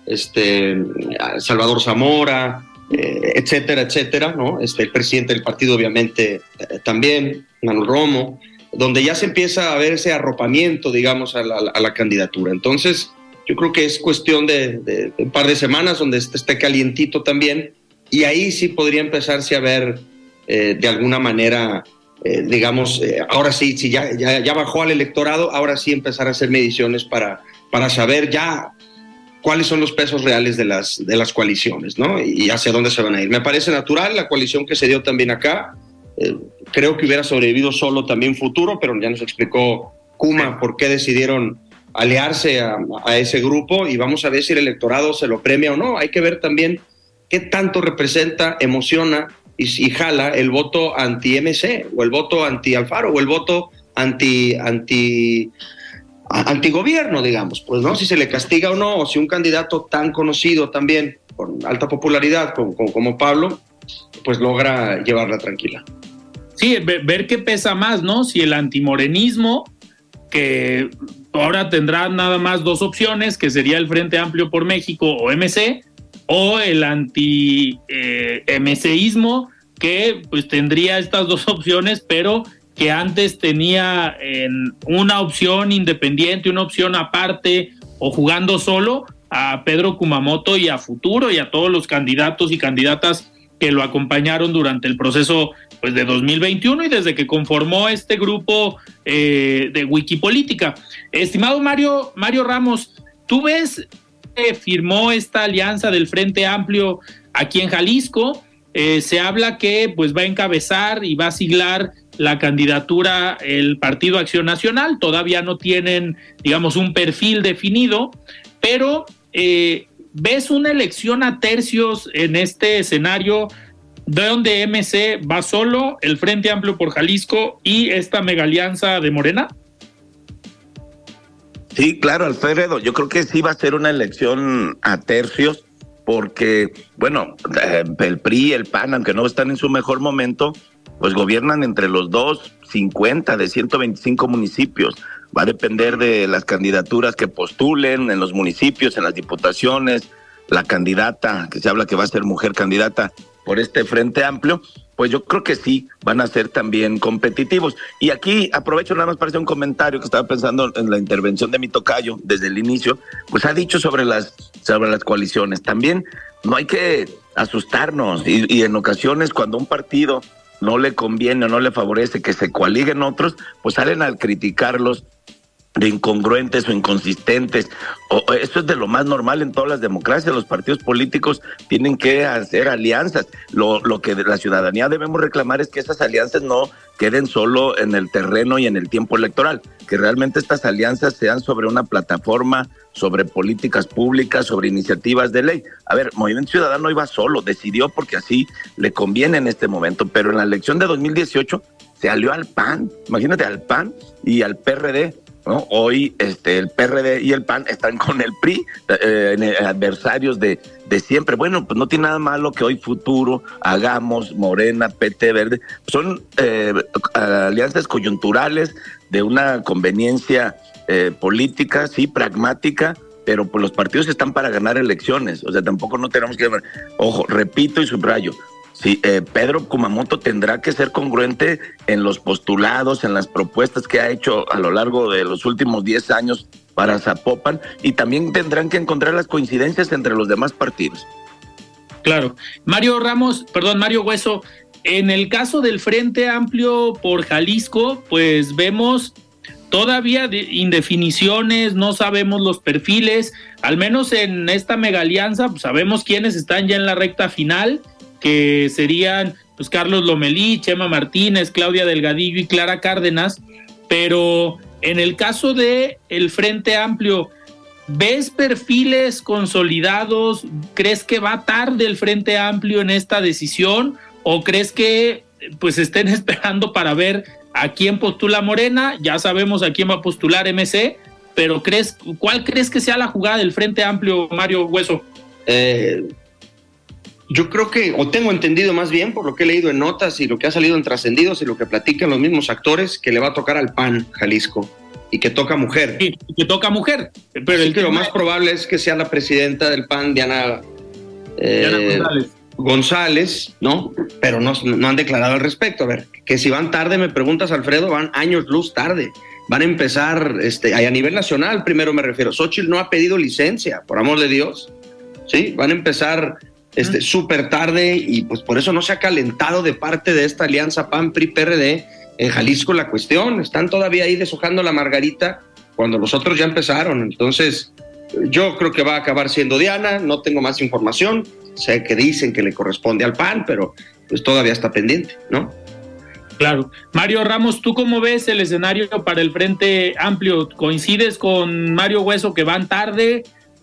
este, Salvador Zamora, eh, etcétera, etcétera, ¿no? Este, el presidente del partido, obviamente, eh, también, Manuel Romo, donde ya se empieza a ver ese arropamiento, digamos, a la, a la candidatura. Entonces, yo creo que es cuestión de, de, de un par de semanas donde esté, esté calientito también, y ahí sí podría empezarse a ver eh, de alguna manera, eh, digamos, eh, ahora sí, si ya, ya, ya bajó al electorado, ahora sí empezar a hacer mediciones para, para saber ya cuáles son los pesos reales de las, de las coaliciones, ¿no? Y hacia dónde se van a ir. Me parece natural la coalición que se dio también acá. Eh, creo que hubiera sobrevivido solo también Futuro, pero ya nos explicó Kuma por qué decidieron aliarse a, a ese grupo, y vamos a ver si el electorado se lo premia o no. Hay que ver también qué tanto representa, emociona y, y jala el voto anti-M C, o el voto anti-Alfaro, o el voto anti, anti, antigobierno, digamos, pues, ¿no? Si se le castiga o no, o si un candidato tan conocido también, con alta popularidad como, como, como Pablo, pues logra llevarla tranquila. Sí, ver qué pesa más, ¿no? Si el antimorenismo, que ahora tendrá nada más dos opciones, que sería el Frente Amplio por México o M C, o el anti-MCismo, eh, que pues tendría estas dos opciones, pero que antes tenía en una opción independiente, una opción aparte, o jugando solo, a Pedro Kumamoto y a Futuro y a todos los candidatos y candidatas que lo acompañaron durante el proceso, pues, de dos mil veintiuno y desde que conformó este grupo eh, de Wikipolítica. Estimado Mario, Mario Ramos, ¿tú ves que firmó esta alianza del Frente Amplio aquí en Jalisco? Eh, se habla que pues va a encabezar y va a siglar la candidatura el Partido Acción Nacional. Todavía no tienen, digamos, un perfil definido, pero eh, ¿ves una elección a tercios en este escenario donde M C va solo, el Frente Amplio por Jalisco y esta mega alianza de Morena? Sí, claro, Alfredo, yo creo que sí va a ser una elección a tercios, porque, bueno, el P R I, el P A N, aunque no están en su mejor momento, pues gobiernan entre los dos, cincuenta de ciento veinticinco municipios. Va a depender de las candidaturas que postulen en los municipios, en las diputaciones, la candidata, que se habla que va a ser mujer candidata por este Frente Amplio, pues yo creo que sí, van a ser también competitivos. Y aquí aprovecho nada más para hacer un comentario que estaba pensando en la intervención de mi tocayo desde el inicio, pues ha dicho sobre las, sobre las coaliciones. También no hay que asustarnos y, y en ocasiones cuando un partido no le conviene o no le favorece que se coaliguen otros, pues salen a criticarlos de incongruentes o inconsistentes. O, eso es de lo más normal en todas las democracias. Los partidos políticos tienen que hacer alianzas. Lo, lo que de la ciudadanía debemos reclamar es que esas alianzas no queden solo en el terreno y en el tiempo electoral, que realmente estas alianzas sean sobre una plataforma, sobre políticas públicas, sobre iniciativas de ley. A ver, Movimiento Ciudadano iba solo, decidió porque así le conviene en este momento, pero en la elección de dos mil dieciocho se alió al P A N, imagínate, al P A N y al P R D, ¿no? Hoy este, el P R D y el P A N están con el P R I, eh, adversarios de, de siempre. Bueno, pues no tiene nada malo que hoy Futuro, Hagamos, Morena, P T Verde, son eh, alianzas coyunturales de una conveniencia eh, política, sí, pragmática, pero pues los partidos están para ganar elecciones, o sea, tampoco no tenemos que... Ojo, repito y subrayo, sí, eh, Pedro Kumamoto tendrá que ser congruente en los postulados, en las propuestas que ha hecho a lo largo de los últimos diez años para Zapopan, y también tendrán que encontrar las coincidencias entre los demás partidos. Claro. Mario Ramos, perdón, Mario Hueso, en el caso del Frente Amplio por Jalisco, pues vemos todavía indefiniciones, no sabemos los perfiles, al menos en esta mega alianza, pues sabemos quiénes están ya en la recta final, que serían pues Carlos Lomelí, Chema Martínez, Claudia Delgadillo y Clara Cárdenas, pero en el caso de el Frente Amplio, ¿ves perfiles consolidados? ¿Crees que va tarde el Frente Amplio en esta decisión? ¿O crees que pues estén esperando para ver a quién postula Morena? Ya sabemos a quién va a postular M C, pero ¿crees, ¿cuál crees que sea la jugada del Frente Amplio, Mario Hueso? Eh... Yo creo que, o tengo entendido más bien, por lo que he leído en notas y lo que ha salido en Trascendidos y lo que platican los mismos actores, que le va a tocar al P A N Jalisco y que toca mujer. Sí, que toca mujer. Pero Así el que tema... lo más probable es que sea la presidenta del P A N, Diana, eh, Diana González. González, ¿no? Pero no, no han declarado al respecto. A ver, que si van tarde, me preguntas, Alfredo, van años luz tarde. Van a empezar, este, a nivel nacional, primero me refiero. Xóchitl no ha pedido licencia, por amor de Dios. Sí, van a empezar... Este, súper tarde, y pues por eso no se ha calentado de parte de esta alianza P A N, P R I, P R D en Jalisco la cuestión. Están todavía ahí deshojando la margarita cuando los otros ya empezaron. Entonces yo creo que va a acabar siendo Diana, no tengo más información, sé que dicen que le corresponde al P A N, pero pues todavía está pendiente, ¿no? Claro. Mario Ramos, ¿tú cómo ves el escenario para el Frente Amplio? ¿Coincides con Mario Hueso que van tarde?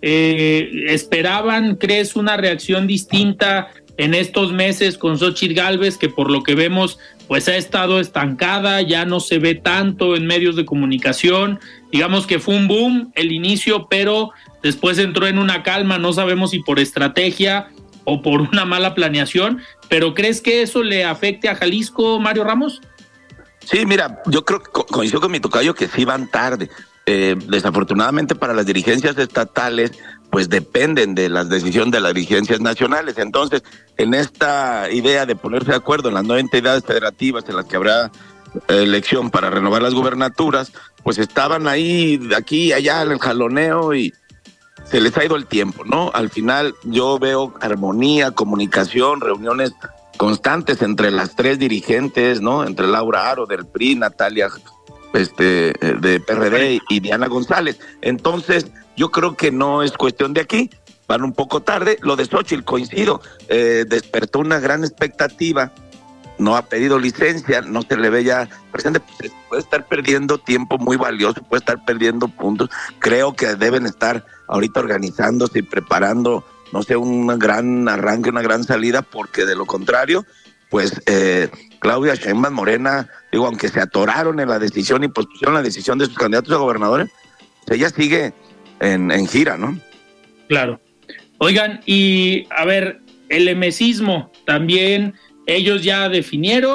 Eh, ¿Esperaban, crees, una reacción distinta en estos meses con Xóchitl Gálvez, que por lo que vemos pues ha estado estancada, ya no se ve tanto en medios de comunicación? Digamos que fue un boom el inicio, pero después entró en una calma, no sabemos si por estrategia o por una mala planeación, pero ¿crees que eso le afecte a Jalisco, Mario Ramos? Sí, mira, yo creo que co- coincido con mi tocayo que sí van tarde. Eh, desafortunadamente para las dirigencias estatales pues dependen de las decisiones de las dirigencias nacionales. Entonces, en esta idea de ponerse de acuerdo en las nueve entidades federativas en las que habrá eh, elección para renovar las gubernaturas, pues estaban ahí, de aquí, allá, en el jaloneo, y se les ha ido el tiempo, ¿no? Al final yo veo armonía, comunicación, reuniones constantes entre las tres dirigentes, ¿no? Entre Laura Aro del P R I, Natalia este de P R D y Diana González. Entonces yo creo que no es cuestión de aquí, van un poco tarde. Lo de Xóchitl, coincido, eh, despertó una gran expectativa, no ha pedido licencia, no se le ve ya presente, pues puede estar perdiendo tiempo muy valioso, puede estar perdiendo puntos. Creo que deben estar ahorita organizándose y preparando, no sé, un gran arranque, una gran salida, porque de lo contrario, pues eh, Claudia Sheinbaum, Morena, digo, aunque se atoraron en la decisión y pospusieron la decisión de sus candidatos a gobernadores, ella sigue en, en gira, ¿no? Claro. Oigan, y a ver, el emesismo también, ellos ya definieron,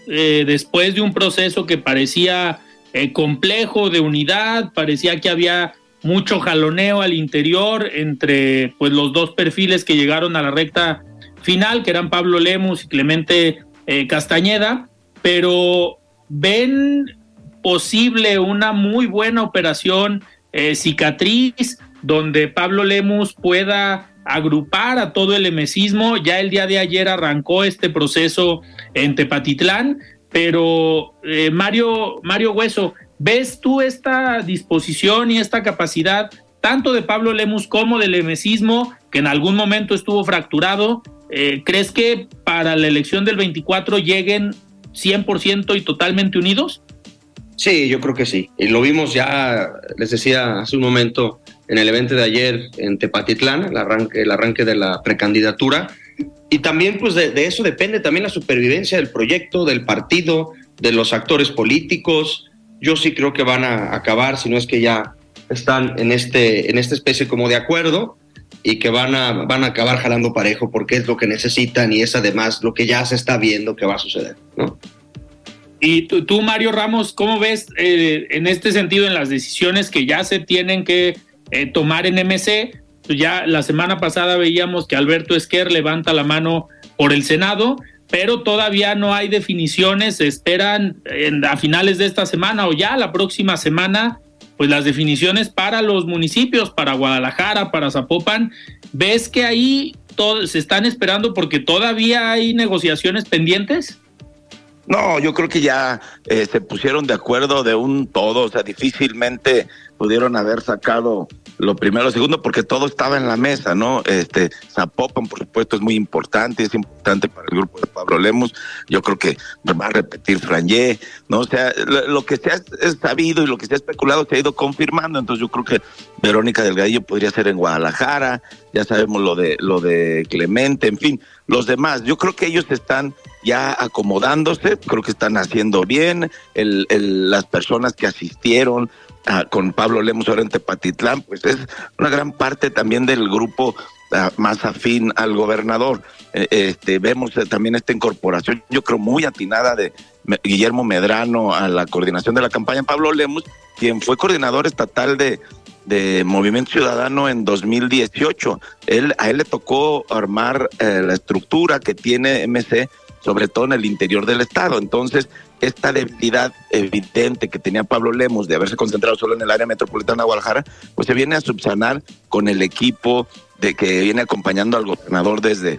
eh, después de un proceso que parecía eh, complejo de unidad, parecía que había mucho jaloneo al interior entre pues los dos perfiles que llegaron a la recta final, que eran Pablo Lemus y Clemente eh, Castañeda, pero ven posible una muy buena operación eh, cicatriz, donde Pablo Lemus pueda agrupar a todo el emesismo. Ya el día de ayer arrancó este proceso en Tepatitlán, pero eh, Mario, Mario Hueso, ¿ves tú esta disposición y esta capacidad tanto de Pablo Lemus como del emesismo, que en algún momento estuvo fracturado? Eh, ¿Crees que para la elección del veinticuatro lleguen cien por ciento y totalmente unidos? Sí, yo creo que sí. Y lo vimos ya, les decía hace un momento, en el evento de ayer en Tepatitlán, el arranque, el arranque de la precandidatura. Y también pues de, de eso depende también la supervivencia del proyecto, del partido, de los actores políticos. Yo sí creo que van a acabar, si no es que ya están en, este, en esta especie como de acuerdo, y que van a, van a acabar jalando parejo, porque es lo que necesitan y es además lo que ya se está viendo que va a suceder, ¿no? Y tú, tú Mario Ramos, ¿cómo ves eh, en este sentido en las decisiones que ya se tienen que eh, tomar en M C? Pues ya la semana pasada veíamos que Alberto Esquer levanta la mano por el Senado, pero todavía no hay definiciones. Se esperan en, a finales de esta semana o ya la próxima semana, pues las definiciones para los municipios, para Guadalajara, para Zapopan. ¿Ves que ahí todo, se están esperando porque todavía hay negociaciones pendientes? No, yo creo que ya eh, se pusieron de acuerdo de un todo, o sea, difícilmente pudieron haber sacado lo primero, segundo, porque todo estaba en la mesa, ¿no? Este, Zapopan, por supuesto, es muy importante, es importante para el grupo de Pablo Lemus. Yo creo que va a repetir Frangé, ¿no? O sea, lo, lo que se ha es sabido y lo que se ha especulado se ha ido confirmando. Entonces yo creo que Verónica Delgadillo podría ser en Guadalajara, ya sabemos lo de lo de Clemente, en fin, los demás. Yo creo que ellos están ya acomodándose, creo que están haciendo bien. El, el, las personas que asistieron a, con Pablo Lemus ahora en Tepatitlán, pues es una gran parte también del grupo a, más afín al gobernador. Eh, este, vemos eh, también esta incorporación, yo creo muy atinada, de Me, Guillermo Medrano a la coordinación de la campaña. Pablo Lemus, quien fue coordinador estatal de de Movimiento Ciudadano en dos mil dieciocho. Él, a él le tocó armar eh, la estructura que tiene M C, sobre todo en el interior del estado. Entonces, esta debilidad evidente que tenía Pablo Lemus de haberse concentrado solo en el área metropolitana de Guadalajara, pues se viene a subsanar con el equipo de que viene acompañando al gobernador desde,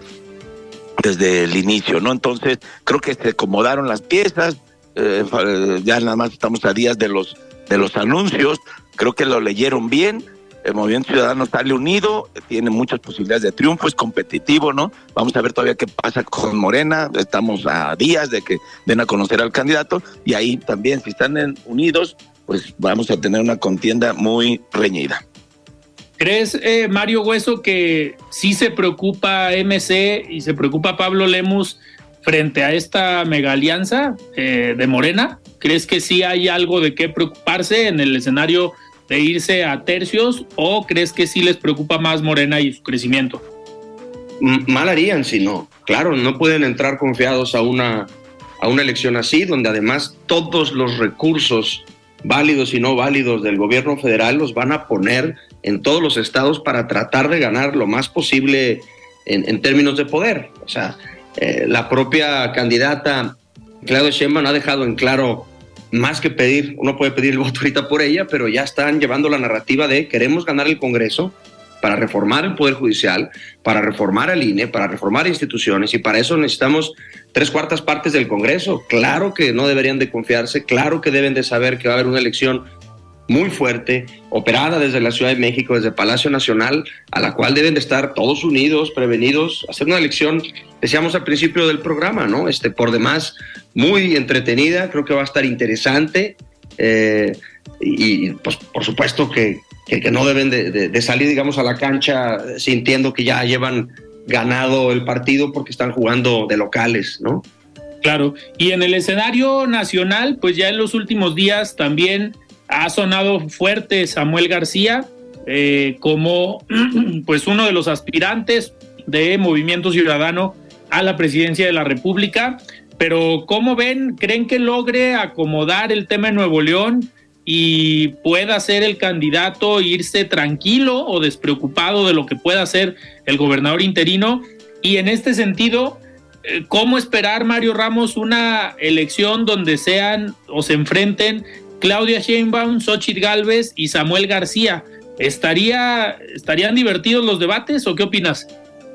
desde el inicio, ¿no? Entonces, creo que se acomodaron las piezas, eh, ya nada más estamos a días de los, de los anuncios. Creo que lo leyeron bien. El Movimiento Ciudadano sale unido, tiene muchas posibilidades de triunfo, es competitivo, ¿no? Vamos a ver todavía qué pasa con Morena. Estamos a días de que den a conocer al candidato, y ahí también, si están en, unidos, pues vamos a tener una contienda muy reñida. ¿Crees, eh, Mario Hueso, que sí se preocupa M C y se preocupa Pablo Lemus frente a esta mega alianza eh, de Morena? ¿Crees que sí hay algo de qué preocuparse en el escenario de irse a tercios, o crees que sí les preocupa más Morena y su crecimiento? Mal harían si no. Claro, no pueden entrar confiados a una, a una elección así, donde además todos los recursos válidos y no válidos del gobierno federal los van a poner en todos los estados para tratar de ganar lo más posible en, en términos de poder. O sea, eh, la propia candidata Claudia Sheinbaum ha dejado en claro, más que pedir, uno puede pedir el voto ahorita por ella, pero ya están llevando la narrativa de queremos ganar el Congreso para reformar el Poder Judicial, para reformar al I N E, para reformar instituciones, y para eso necesitamos tres cuartas partes del Congreso. Claro que no deberían de confiarse, claro que deben de saber que va a haber una elección muy fuerte, operada desde la Ciudad de México, desde Palacio Nacional, a la cual deben de estar todos unidos, prevenidos, hacer una elección, decíamos al principio del programa, ¿no? Este, por demás, muy entretenida, creo que va a estar interesante, eh, y, y pues por supuesto que, que, que no deben de, de, de salir, digamos, a la cancha sintiendo que ya llevan ganado el partido porque están jugando de locales, ¿no? Claro, y en el escenario nacional, pues ya en los últimos días también ha sonado fuerte Samuel García eh, como pues uno de los aspirantes de Movimiento Ciudadano a la presidencia de la República. pero ¿cómo ven? ¿Creen que logre acomodar el tema de Nuevo León y pueda ser el candidato, irse tranquilo o despreocupado de lo que pueda hacer el gobernador interino? Y en este sentido, ¿cómo esperar, Mario Ramos, una elección donde sean o se enfrenten Claudia Sheinbaum, Xóchitl Gálvez y Samuel García? ¿Estaría, ¿Estarían divertidos los debates o qué opinas?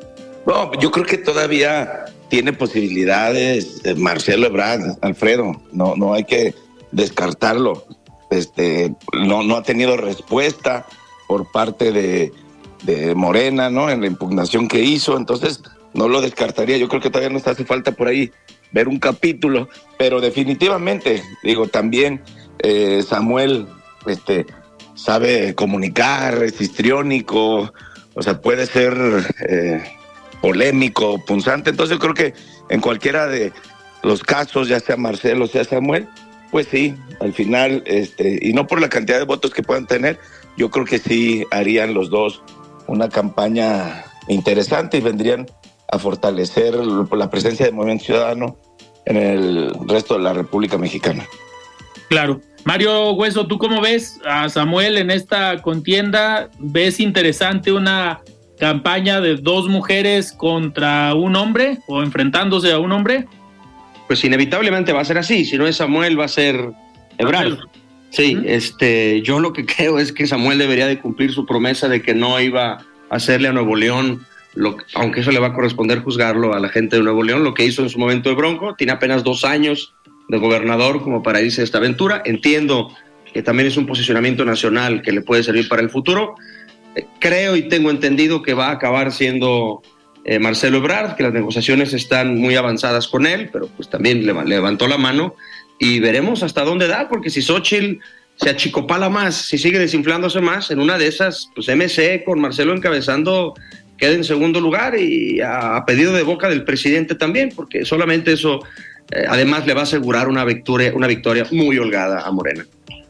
No, yo creo que todavía tiene posibilidades eh, Marcelo Ebrard, Alfredo, no, no hay que descartarlo. Este, no, no ha tenido respuesta por parte de, de Morena, ¿no? En la impugnación que hizo, entonces no lo descartaría. Yo creo que todavía nos hace falta por ahí ver un capítulo, pero definitivamente, digo, también eh, Samuel este, sabe comunicar, es histriónico, o sea, puede ser eh, polémico, punzante. Entonces yo creo que en cualquiera de los casos, ya sea Marcelo, sea Samuel, pues sí, al final, este, y no por la cantidad de votos que puedan tener, yo creo que sí harían los dos una campaña interesante y vendrían a fortalecer la presencia del Movimiento Ciudadano en el resto de la República Mexicana. Claro. Mario Hueso, ¿tú cómo ves a Samuel en esta contienda? ¿Ves interesante una campaña de dos mujeres contra un hombre o enfrentándose a un hombre? Pues inevitablemente va a ser así. Si no es Samuel, va a ser Ebrard. Sí, ¿Mm? este, yo lo que creo es que Samuel debería de cumplir su promesa de que no iba a hacerle a Nuevo León, lo, aunque eso le va a corresponder juzgarlo a la gente de Nuevo León, lo que hizo en su momento de Bronco. Tiene apenas dos años de gobernador como para irse a esta aventura. Entiendo que también es un posicionamiento nacional que le puede servir para el futuro. Eh, creo y tengo entendido que va a acabar siendo eh, Marcelo Ebrard, que las negociaciones están muy avanzadas con él, pero pues también le, le levantó la mano y veremos hasta dónde da, porque si Xóchitl se achicopala más, si sigue desinflándose más, en una de esas, pues M C con Marcelo encabezando queda en segundo lugar y a, a pedido de boca del presidente también, porque solamente eso eh, además le va a asegurar una victoria, una victoria muy holgada a Morena.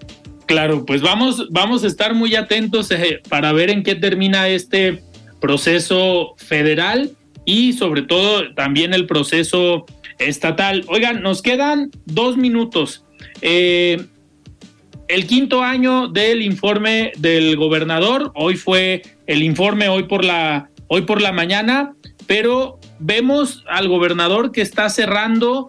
Claro, pues vamos, vamos a estar muy atentos eh, para ver en qué termina este proceso federal y sobre todo también el proceso estatal. Oigan, nos quedan dos minutos. Eh, el quinto año del informe del gobernador, hoy fue el informe, hoy por la, hoy por la mañana, pero vemos al gobernador que está cerrando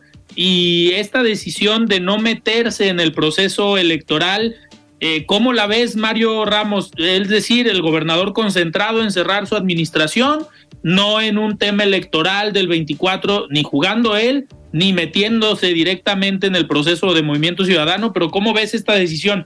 y esta decisión de no meterse en el proceso electoral, eh, ¿cómo la ves, Mario Ramos? Es decir, el gobernador concentrado en cerrar su administración, no en un tema electoral del veinticuatro, ni jugando él, ni metiéndose directamente en el proceso de Movimiento Ciudadano, pero ¿cómo ves esta decisión?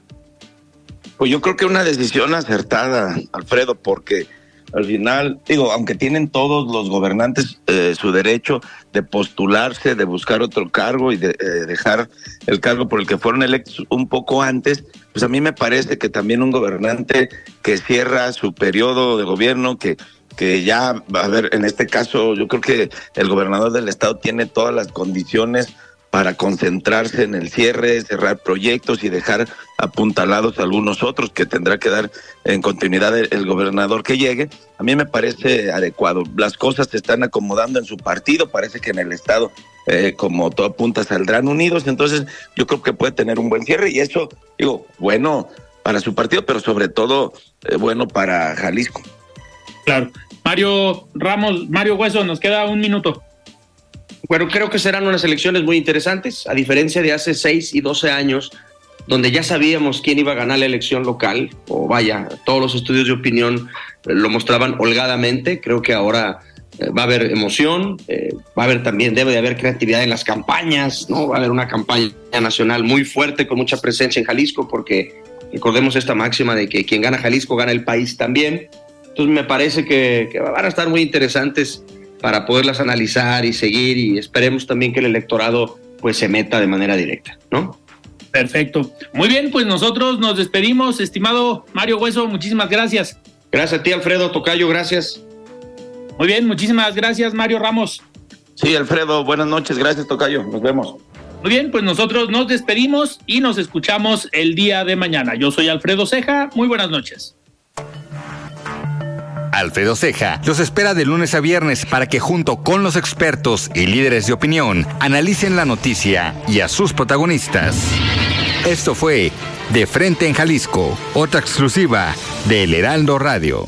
Pues yo creo que una decisión acertada, Alfredo, porque al final, digo, aunque tienen todos los gobernantes eh, su derecho de postularse, de buscar otro cargo y de eh, dejar el cargo por el que fueron electos un poco antes, pues a mí me parece que también un gobernante que cierra su periodo de gobierno, que que ya, a ver, en este caso yo creo que el gobernador del estado tiene todas las condiciones para concentrarse en el cierre, cerrar proyectos y dejar apuntalados algunos otros que tendrá que dar en continuidad el, el gobernador que llegue. A mí me parece adecuado. Las cosas se están acomodando en su partido, parece que en el estado, eh, como todo apunta, saldrán unidos, entonces yo creo que puede tener un buen cierre y eso, digo, bueno para su partido, pero sobre todo eh, bueno para Jalisco. Claro. Mario Ramos, Mario Hueso, nos queda un minuto. Bueno, creo que serán unas elecciones muy interesantes, a diferencia de hace seis y doce años, donde ya sabíamos quién iba a ganar la elección local, o vaya, todos los estudios de opinión eh, lo mostraban holgadamente. Creo que ahora eh, va a haber emoción, eh, va a haber también, debe de haber creatividad en las campañas, ¿no? Va a haber una campaña nacional muy fuerte, con mucha presencia en Jalisco, porque recordemos esta máxima de que quien gana Jalisco gana el país también. Entonces me parece que, que van a estar muy interesantes para poderlas analizar y seguir, y esperemos también que el electorado pues se meta de manera directa, ¿no? Perfecto. Muy bien, pues nosotros nos despedimos, estimado Mario Hueso, muchísimas gracias. Gracias a ti, Alfredo, tocayo, gracias. Muy bien, muchísimas gracias, Mario Ramos. Sí, Alfredo, buenas noches, gracias, tocayo, nos vemos. Muy bien, pues nosotros nos despedimos y nos escuchamos el día de mañana. Yo soy Alfredo Ceja, muy buenas noches. Alfredo Ceja, los espera de lunes a viernes para que junto con los expertos y líderes de opinión analicen la noticia y a sus protagonistas. Esto fue De Frente en Jalisco, otra exclusiva de El Heraldo Radio.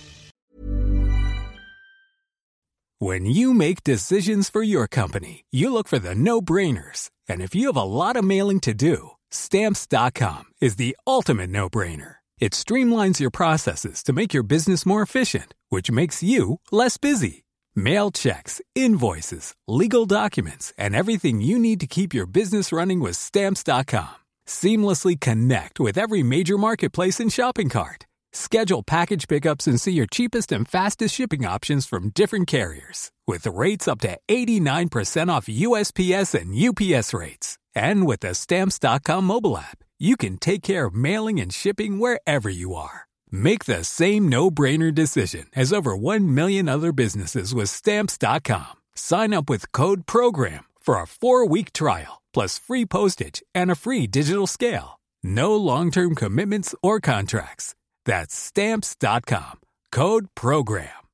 When you make decisions for your company, you look for the no-brainers. And if you have a lot of mailing to do, Stamps dot com is the ultimate no-brainer. It streamlines your processes to make your business more efficient, which makes you less busy. Mail checks, invoices, legal documents, and everything you need to keep your business running with Stamps dot com. Seamlessly connect with every major marketplace and shopping cart. Schedule package pickups and see your cheapest and fastest shipping options from different carriers, with rates up to eighty-nine percent off U S P S and U P S rates. And with the Stamps dot com mobile app, you can take care of mailing and shipping wherever you are. Make the same no-brainer decision as over one million other businesses with Stamps dot com. Sign up with code PROGRAM for a four-week trial, plus free postage and a free digital scale. No long-term commitments or contracts. That's Stamps dot com. Code PROGRAM.